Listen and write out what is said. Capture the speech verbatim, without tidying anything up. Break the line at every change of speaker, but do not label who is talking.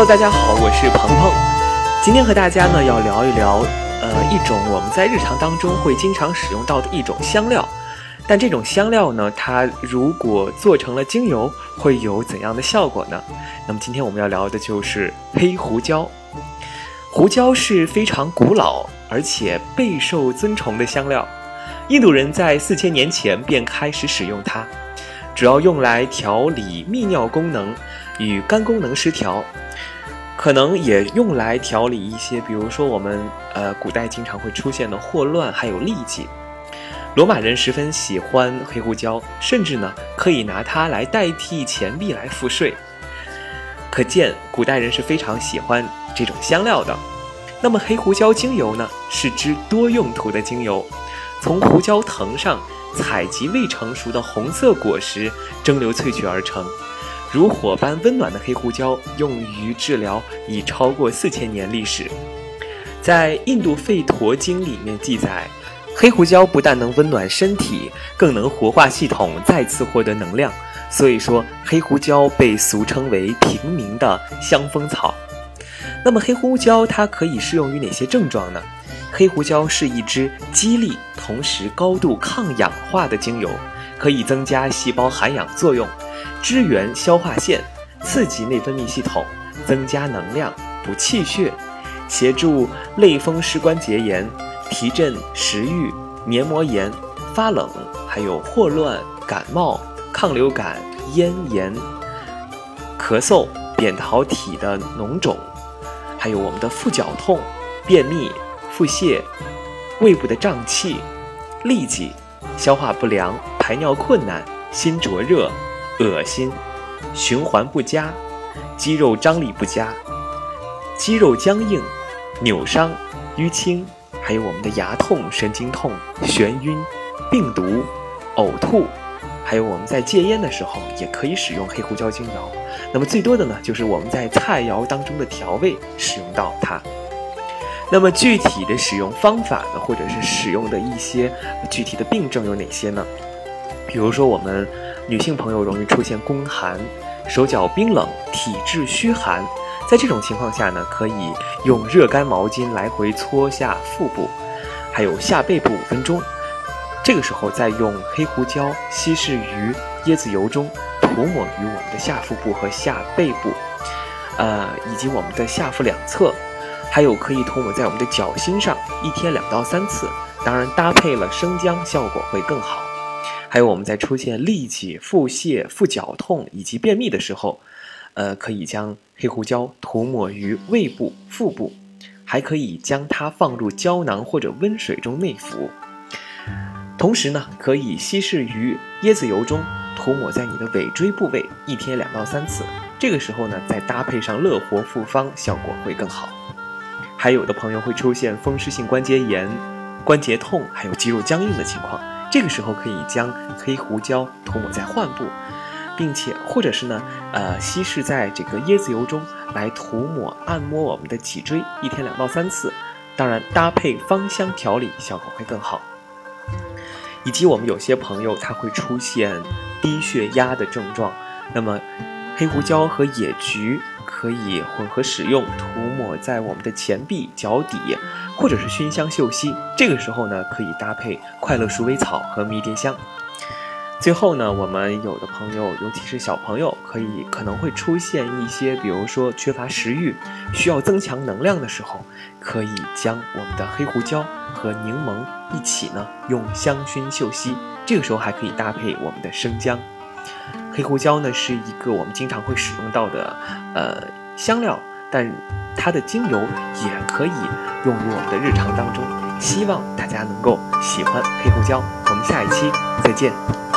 Hello， 大家好，我是鹏鹏。今天和大家呢要聊一聊，呃，一种我们在日常当中会经常使用到的一种香料。但这种香料呢，它如果做成了精油，会有怎样的效果呢？那么今天我们要聊的就是黑胡椒。胡椒是非常古老而且备受尊崇的香料，印度人在四千年前便开始使用它，主要用来调理泌尿功能与肝功能失调，可能也用来调理一些，比如说我们呃古代经常会出现的霍乱，还有痢疾。罗马人十分喜欢黑胡椒，甚至呢可以拿它来代替钱币来付税，可见古代人是非常喜欢这种香料的。那么黑胡椒精油呢，是支多用途的精油，从胡椒藤上采集未成熟的红色果实蒸馏萃取而成，如火般温暖的黑胡椒用于治疗已超过四千年历史。在印度吠陀经里面记载，黑胡椒不但能温暖身体，更能活化系统，再次获得能量，所以说黑胡椒被俗称为平民的香风草。那么黑胡椒它可以适用于哪些症状呢？黑胡椒是一支激励同时高度抗氧化的精油，可以增加细胞含氧作用，支援消化腺，刺激内分泌系统，增加能量，补气血，协助类风湿关节炎，提振食欲，黏膜炎，发冷，还有霍乱、感冒、抗流感、咽炎、咳嗽、扁桃体的脓肿，还有我们的腹绞痛、便秘、腹泻、胃部的胀气、痢疾、消化不良、排尿困难、心灼热、恶心、循环不佳、肌肉张力不佳、肌肉僵硬、扭伤、淤青，还有我们的牙痛、神经痛、眩晕、病毒、呕吐，还有我们在戒烟的时候也可以使用黑胡椒精油。那么最多的呢，就是我们在菜肴当中的调味使用到它。那么具体的使用方法呢，或者是使用的一些具体的病症有哪些呢？比如说我们女性朋友容易出现宫寒、手脚冰冷、体质虚寒，在这种情况下呢，可以用热干毛巾来回搓下腹部，还有下背部五分钟。这个时候再用黑胡椒稀释于椰子油中，涂抹于我们的下腹部和下背部，呃，以及我们的下腹两侧，还有可以涂抹在我们的脚心上，一天两到三次。当然搭配了生姜，效果会更好。还有我们在出现痢疾、腹泻、腹绞痛以及便秘的时候，呃，可以将黑胡椒涂抹于胃部、腹部，还可以将它放入胶囊或者温水中内服。同时呢，可以稀释于椰子油中，涂抹在你的尾椎部位，一天两到三次。这个时候呢，再搭配上乐活复方，效果会更好。还有的朋友会出现风湿性关节炎、关节痛，还有肌肉僵硬的情况，这个时候可以将黑胡椒涂抹在患部，并且或者是呢，呃，稀释在这个椰子油中来涂抹按摩我们的脊椎，一天两到三次。当然搭配芳香调理，效果会更好。以及我们有些朋友他会出现低血压的症状，那么黑胡椒和野菊可以混合使用，涂抹在我们的前臂、脚底，或者是熏香嗅吸。这个时候呢，可以搭配快乐鼠尾草和迷迭香。最后呢，我们有的朋友，尤其是小朋友，可以可能会出现一些，比如说缺乏食欲，需要增强能量的时候，可以将我们的黑胡椒和柠檬一起呢，用香薰嗅吸。这个时候还可以搭配我们的生姜。黑胡椒呢是一个我们经常会使用到的呃香料，但它的精油也可以用于我们的日常当中。希望大家能够喜欢黑胡椒。我们下一期再见。